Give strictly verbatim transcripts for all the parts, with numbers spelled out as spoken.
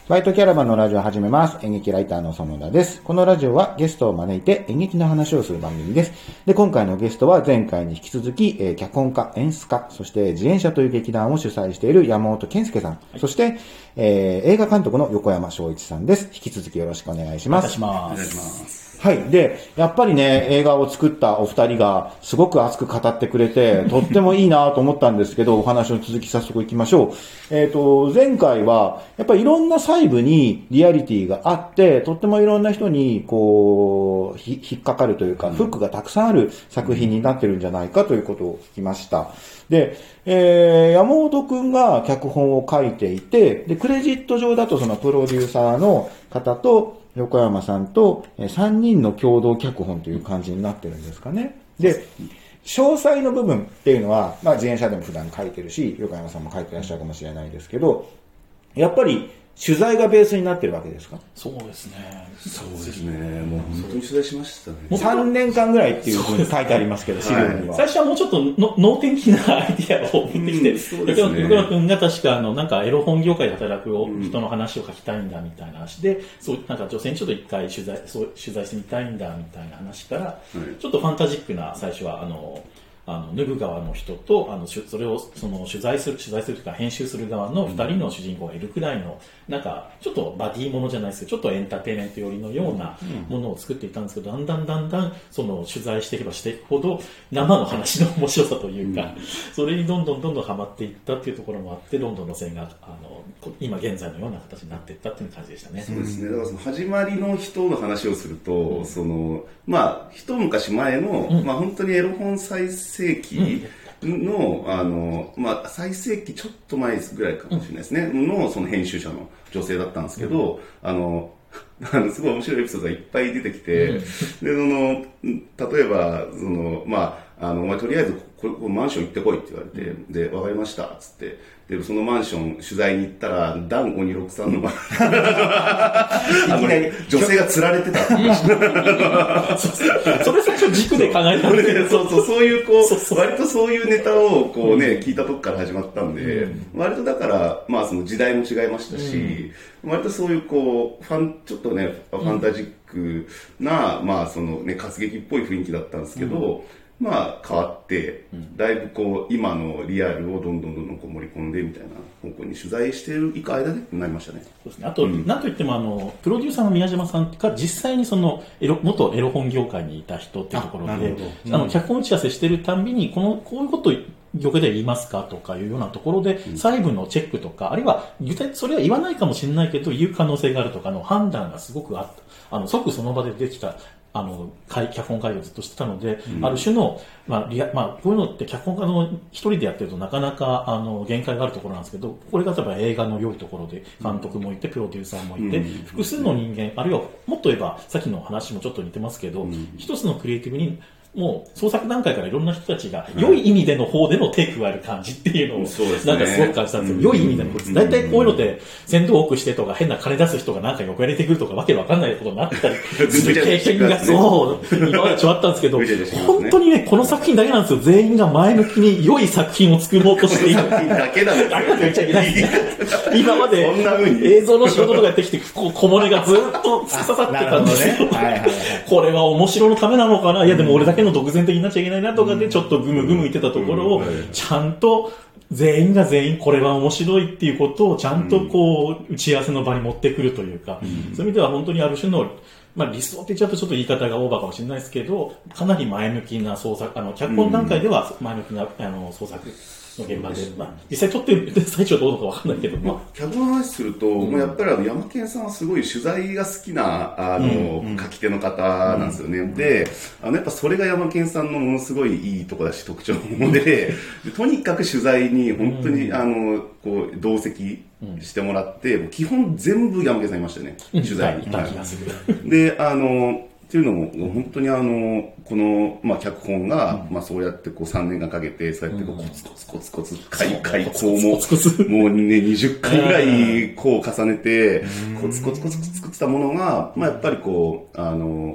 バイトキャラバンのラジオを始めます。演劇ライターの園田です。このラジオはゲストを招いて演劇の話をする番組です。で、今回のゲストは前回に引き続き、えー、脚本家、演出家、そして自演者という劇団を主催している山本健介さん、はい、そして、えー、映画監督の横山翔一さんです。引き続きよろしくお願いします。 お願いします。 はい。で、やっぱりね、映画を作ったお二人がすごく熱く語ってくれて、とってもいいなと思ったんですけど、お話の続き早速行きましょう。えっと、前回は、やっぱりいろんな細部にリアリティがあって、とってもいろんな人に、こう、ひ引っかかるというか、フックがたくさんある作品になってるんじゃないかということを聞きました。で、えー、山本くんが脚本を書いていて、で、クレジット上だとそのプロデューサーの方と、横山さんとさんにんの共同脚本という感じになってるんですかね。で、詳細の部分っていうのは、まあ自演者でも普段書いてるし、横山さんも書いてらっしゃるかもしれないですけど、やっぱり取材がベースになってるわけですか？ そうですね。 そうですね。もう本当に取材しましたね。 さんねんかんぐらいっていうふうに書いてありますけど、資料には。 最初はもうちょっとの能天気なアイディアを持ってきて、横山くんが確かあの、なんかエロ本業界で働く人の話を書きたいんだみたいな話で、そう、なんか女性にちょっと一回取材、そう取材してみたいんだみたいな話から、はい、ちょっとファンタジックな最初はあの、あの、脱ぐ側の人と、あの、それを、その、取材する、取材するというか、編集する側の二人の主人公がいるくらいの、なんか、ちょっとバディものじゃないですけど、ちょっとエンターテインメント寄りのようなものを作っていたんですけど、だんだんだんだん、その、取材していけばしていくほど、生の話の面白さというか、それにどんどんどんどんハマっていったっていうところもあって、どんどん路線が、あの、今現在のような形になっていったっていう感じでしたね。 そうですね。だからその始まりの人の話をすると、うん、その、まあ、一昔前の、うん、まあ本当にエロ本最盛期、うんの、あの、まあ、最盛期ちょっと前ぐらいかもしれないですね、うん、の、その編集者の女性だったんですけど、うん、あの、あのすごい面白いエピソードがいっぱい出てきて、うん、で、その、例えば、その、まあ、あの、お前とりあえずこ、こマンション行ってこいって言われて、うん、で、わかりました、つって、で、そのマンション取材に行ったら、ダン鬼六さんのマンション、あのね、女性が釣られてたってそれ最初軸で考えたんでそうそう、そういうこう、そうそう割とそういうネタをこうね、うん、聞いたとこから始まったんで、うん、割とだから、まあその時代も違いましたし、うん、割とそういうこう、ファン、ちょっとね、ファンタジックな、うん、まあそのね、活劇っぽい雰囲気だったんですけど、うんまあ変わって、だいぶこう今のリアルをどんどんどんどんこう盛り込んでみたいな方向に取材しているいく間でなりましたね。 そうですね。あと、うん、なんといってもあのプロデューサーの宮島さんが実際にそのエロ元エロ本業界にいた人っていうところで、あ、うん、あの脚本打ち合わせしてるたんびにこのこういうこと業界では言いますかとかいうようなところで、うん、細部のチェックとかあるいは具体それは言わないかもしれないけど言う可能性があるとかの判断がすごくあった。あの即その場でできた。あの、脚本会議をずっとしてたので、うん、ある種の、まあ、リア、まあ、こういうのって脚本家の一人でやってるとなかなか、あの、限界があるところなんですけど、これが例えば映画の良いところで、監督もいて、プロデューサーもいて、うん、複数の人間、あるいは、もっと言えば、さっきの話もちょっと似てますけど、うん、一つのクリエイティブに、もう創作段階からいろんな人たちが良い意味での方での手加える感じっていうのを、なんかすごく感じたんですよ。良い意味での方です。大体こういうのって先導多くしてとか変な金出す人がなんか横入れてくるとかわけわかんないことになったりする経験がそう、今までちょあったんですけど、本当にね、この作品だけなんですよ。全員が前向きに良い作品を作ろうとしている。 作品だけなんですよ。だけと言っちゃいけない。 今まで映像の仕事とかやってきて、こ小骨がずっと突き刺さってたんですよ。これは面白のためなのかな。いやでも俺だけの独善的になっちゃいけないなとかでちょっとグムグム言ってたところをちゃんと全員が全員これは面白いっていうことをちゃんとこう打ち合わせの場に持ってくるというか、そういう意味では本当にある種のまあ理想って言っちゃうとちょっと言い方がオーバーかもしれないですけど、かなり前向きな創作、あの脚本段階では前向きなあの創作の現場で、まあ、実際撮ってる最初はどうのかわかんないけど、まあ、脚本の話すると、うん、もうやっぱりあの山健さんはすごい取材が好きなあの、うん、書き手の方なんですよね、うん、であのやっぱそれが山健さんのものすごいいいところだし特徴で、でとにかく取材に本当に、うん、あのこう同席してもらって、うん、基本全部山健さんいましたね、取材に、はい、であのっていうのも本当にあのこの、まあ、脚本が、うん、まあ、そうやってこうさんねんかんかけてそうやってこうコツコツコツコツ開開講ももうねにじゅっかいぐらいこう重ねてコツコツコツコツ作ってたものが、まあ、やっぱりこうあの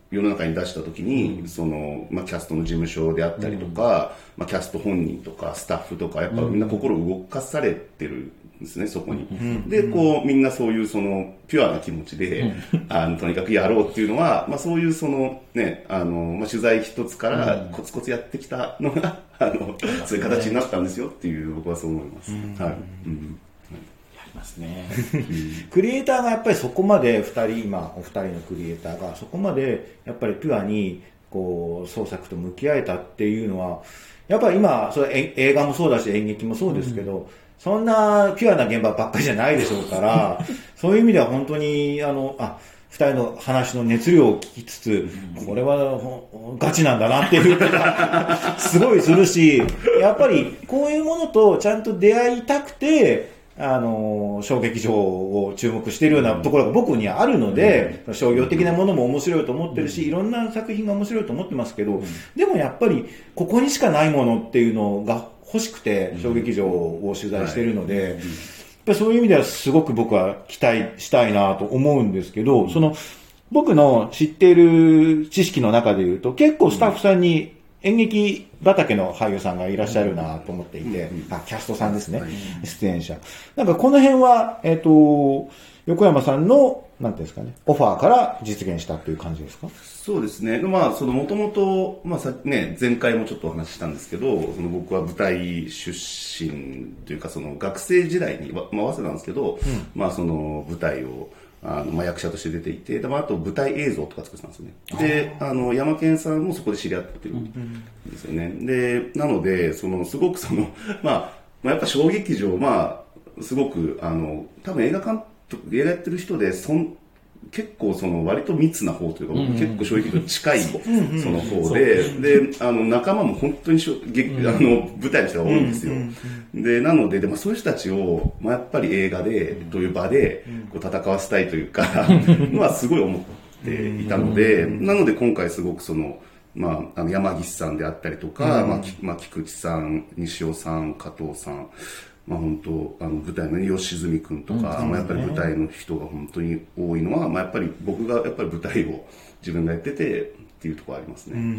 世の中に出した時に、うん、その、まあ、キャストの事務所であったりとか、うん、まあ、キャスト本人とかスタッフとか、やっぱみんな心動かされてるんですね、そこに。うん、で、こう、みんなそういうその、ピュアな気持ちで、うん、あの、とにかくやろうっていうのは、まあ、そういうその、ね、あの、まあ、取材一つからコツコツやってきたのが、うん、あの、そういう形になったんですよっていう、僕はそう思います。うん、はい。うんますね、 クリエイターがやっぱりそこまでふたり、今お二人のクリエイターがそこまでやっぱりピュアにこう創作と向き合えたっていうのはやっぱり今それ映画もそうだし演劇もそうですけど、うん、そんなピュアな現場ばっかりじゃないでしょうからそういう意味では本当にあのあ二人の話の熱量を聞きつつ、これはガチなんだなっていう気がすごいするし、やっぱりこういうものとちゃんと出会いたくてあの小劇場を注目しているようなところが僕にはあるので、うん、商業的なものも面白いと思ってるし、うん、いろんな作品が面白いと思ってますけど、うん、でもやっぱりここにしかないものっていうのが欲しくて小劇場を取材しているので、うん、やっぱりそういう意味ではすごく僕は期待したいなと思うんですけど、うん、その僕の知っている知識の中でいうと結構スタッフさんに演劇畑の俳優さんがいらっしゃるなと思っていて、うん、あ、キャストさんですね、うん、出演者。なんかこの辺は、えっと、横山さんの、なんていうんですかね、オファーから実現したっていう感じですか？ そうですね。まあ、その、もともと、まあさ、ね、前回もちょっとお話ししたんですけど、その僕は舞台出身というか、その学生時代に、まあ、早稲田なんですけど、うん、まあ、その舞台を、あのまあ、役者として出ていて、でまあ、あと舞台映像とか作ってたんですよね。で、あの山健さんもそこで知り合ってるんですよね。うん、で、なので、そのすごくその、まあ、まあ、やっぱ小劇場、まあ、すごく、あの、多分映画監督、映画やってる人で、そん結構その割と密な方というか、うんうん、結構正直近いその方で、で、あの仲間も本当にしょ、うん、あの舞台の人が多いんですよ。うんうん、で、なので、でもそういう人たちを、まあ、やっぱり映画で、という場でこう戦わせたいというか、のはすごい思っていたので、なので今回すごくその、まあ、あの山岸さんであったりとか、うんまあまあ、菊池さん、西尾さん、加藤さん、まあ本当、あの舞台の吉住くんとか、うん、まあやっぱり舞台の人が本当に多いのは、まあやっぱり僕がやっぱり舞台を自分がやってて、っていうところありますね。うん、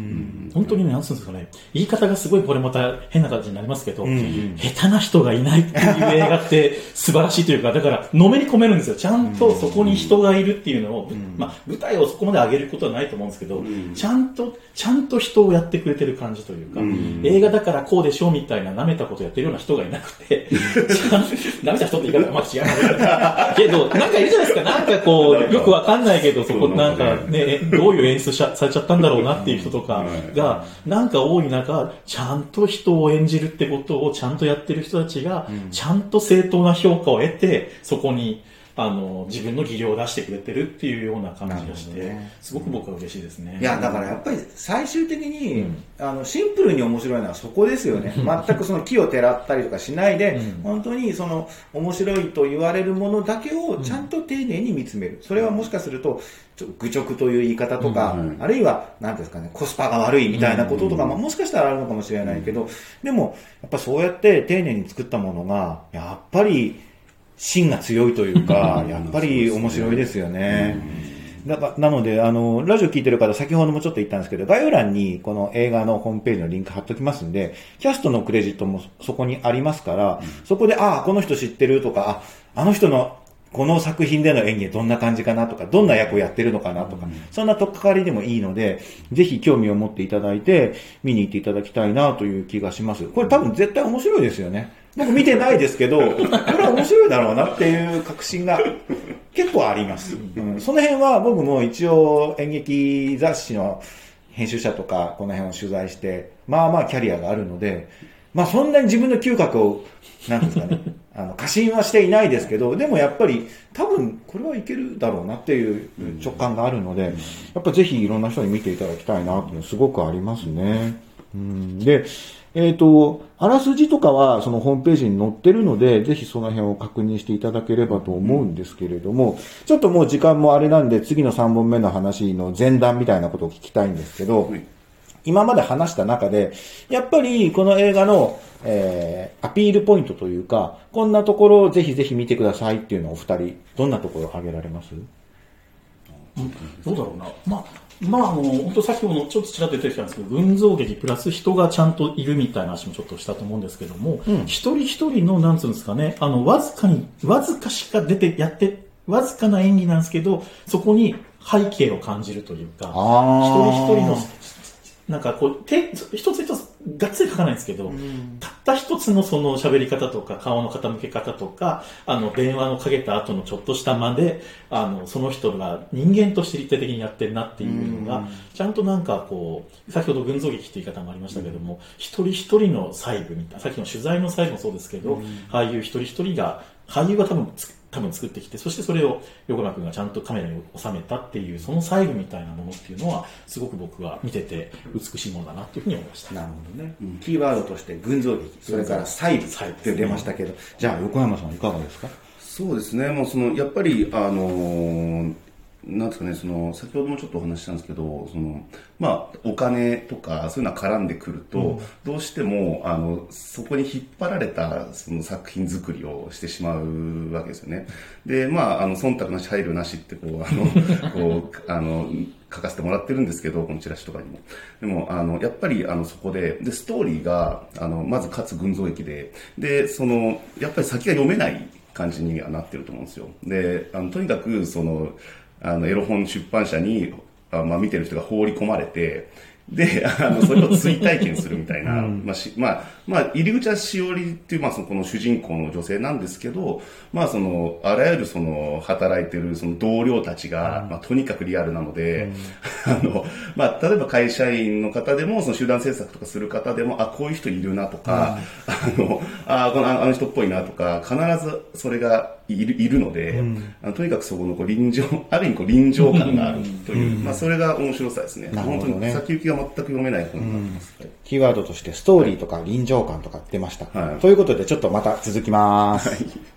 本当にね、なんつうんですかね、言い方がすごいこれまた変な形になりますけど、うんうん、下手な人がいないっていう映画って素晴らしいというか、だからのめり込めるんですよ。ちゃんとそこに人がいるっていうのを、うん、まあ舞台をそこまで上げることはないと思うんですけど、うん、ちゃんと、ちゃんと人をやってくれてる感じというか、うん、映画だからこうでしょうみたいな舐めたことやってるような人がいなくて、舐めた人って言い方がまあ違うけど、なんかいるじゃないですか、なんかこう、よくわかんないけど、そこなんかね、どういう演出されちゃったんだろうなっていう人とかがなんか多い中、ちゃんと人を演じるってことをちゃんとやってる人たちがちゃんと正当な評価を得て、そこにあの自分の技量を出してくれてるっていうような感じがして、ね、すごく僕は嬉しいですね。 いやだからやっぱり最終的に、うん、あのシンプルに面白いのはそこですよね。全くその木をてらったりとかしないで、うん、本当にその面白いと言われるものだけをちゃんと丁寧に見つめる。それはもしかすると愚直という言い方とか、うんうん、あるいは何ですかね、コスパが悪いみたいなこととかももしかしたらあるのかもしれないけど、でもやっぱそうやって丁寧に作ったものがやっぱり芯が強いというか、やっぱり面白いですよね。だからなので、あの、ラジオ聞いてる方、先ほどもちょっと言ったんですけど、概要欄にこの映画のホームページのリンク貼っときますんで、キャストのクレジットもそこにありますから、うん、そこで、ああ、この人知ってるとか、あ、あの人のこの作品での演技どんな感じかなとか、どんな役をやってるのかなとか、うん、そんなとっかかりでもいいので、ぜひ興味を持っていただいて、見に行っていただきたいなという気がします。これ多分絶対面白いですよね。僕見てないですけど、これは面白いだろうなっていう確信が結構あります。うん、その辺は僕も一応演劇雑誌の編集者とかこの辺を取材して、まあまあキャリアがあるので、まあそんなに自分の嗅覚を、なんですかね、あの過信はしていないですけど、でもやっぱり多分これはいけるだろうなっていう直感があるので、やっぱぜひいろんな人に見ていただきたいなっていうのすごくありますね。うん、で、えっと、あらすじとかはそのホームページに載ってるので、ぜひその辺を確認していただければと思うんですけれども、ちょっともう時間もあれなんで、次のさんぼんめの話の前段みたいなことを聞きたいんですけど、今まで話した中で、やっぱりこの映画の、えー、アピールポイントというか、こんなところをぜひぜひ見てくださいっていうのをお二人、どんなところを挙げられます？ うん、どうだろうな。まあ、まあ、あの、本当先ほどちょっとちらっと出てきたんですけど、群像劇プラス人がちゃんといるみたいな話もちょっとしたと思うんですけども、うん、一人一人の、なんつうんですかね、あの、わずかに、わずかしか出て、やって、わずかな演技なんですけど、そこに背景を感じるというか、一人一人の、なんかこう、手、一つ一つがっつり書かないんですけど、うん、たった一つのその喋り方とか、顔の傾け方とか、あの、電話のかけた後のちょっとした間で、あの、その人が人間として立体的にやってるなっていうのが、うん、ちゃんとなんかこう、先ほど群像劇って言い方もありましたけども、うん、一人一人の細部みたいな、さっきの取材の細部もそうですけど、うん、俳優一人一人が、俳優が多分多分作ってきて、そしてそれを横山くんがちゃんとカメラに収めたっていう、その細部みたいなものっていうのは、すごく僕は見てて美しいものだなっていうふうに思いました。 なるほどね。うん、キーワードとして群像劇、それから細部って出ましたけど、じゃあ横山さんいかがですか？ そうですね、もうその、やっぱり、あのー、なんですかね、その、先ほどもちょっとお話ししたんですけど、その、まあ、お金とか、そういうのが絡んでくると、うん、どうしても、あの、そこに引っ張られた、その作品作りをしてしまうわけですよね。で、まあ、あの、忖度なし、配慮なしって、こう、あの、こう、あの、書かせてもらってるんですけど、このチラシとかにも。でも、あの、やっぱり、あの、そこで、で、ストーリーが、あの、まず、かつ群像劇で、で、その、やっぱり先が読めない感じにはなってると思うんですよ。で、あの、とにかく、その、あの、エロ本出版社に、あまあ、見てる人が放り込まれて、で、あの、それを追体験するみたいな、うん、まあ、し、まあ、まあ、入り口はしおりっていう、まあ、その、この主人公の女性なんですけど、まあ、その、あらゆるその、働いてるその同僚たちが、うん、まあ、とにかくリアルなので、うん、あの、まあ、例えば会社員の方でも、その集団制作とかする方でも、あ、こういう人いるなとか、うん、あの、あ、この、あの人っぽいなとか、必ずそれがいる、いるので、うん、あのとにかくそこのこう臨場、ある意味こう臨場感があるという、うん、まあ、それが面白さですね。 なるほどね。 本当に先行きが全く読めない本になってます。うん、 キーワードとしてストーリーとか臨場感とか出ました。はい、ということでちょっとまた続きます。はい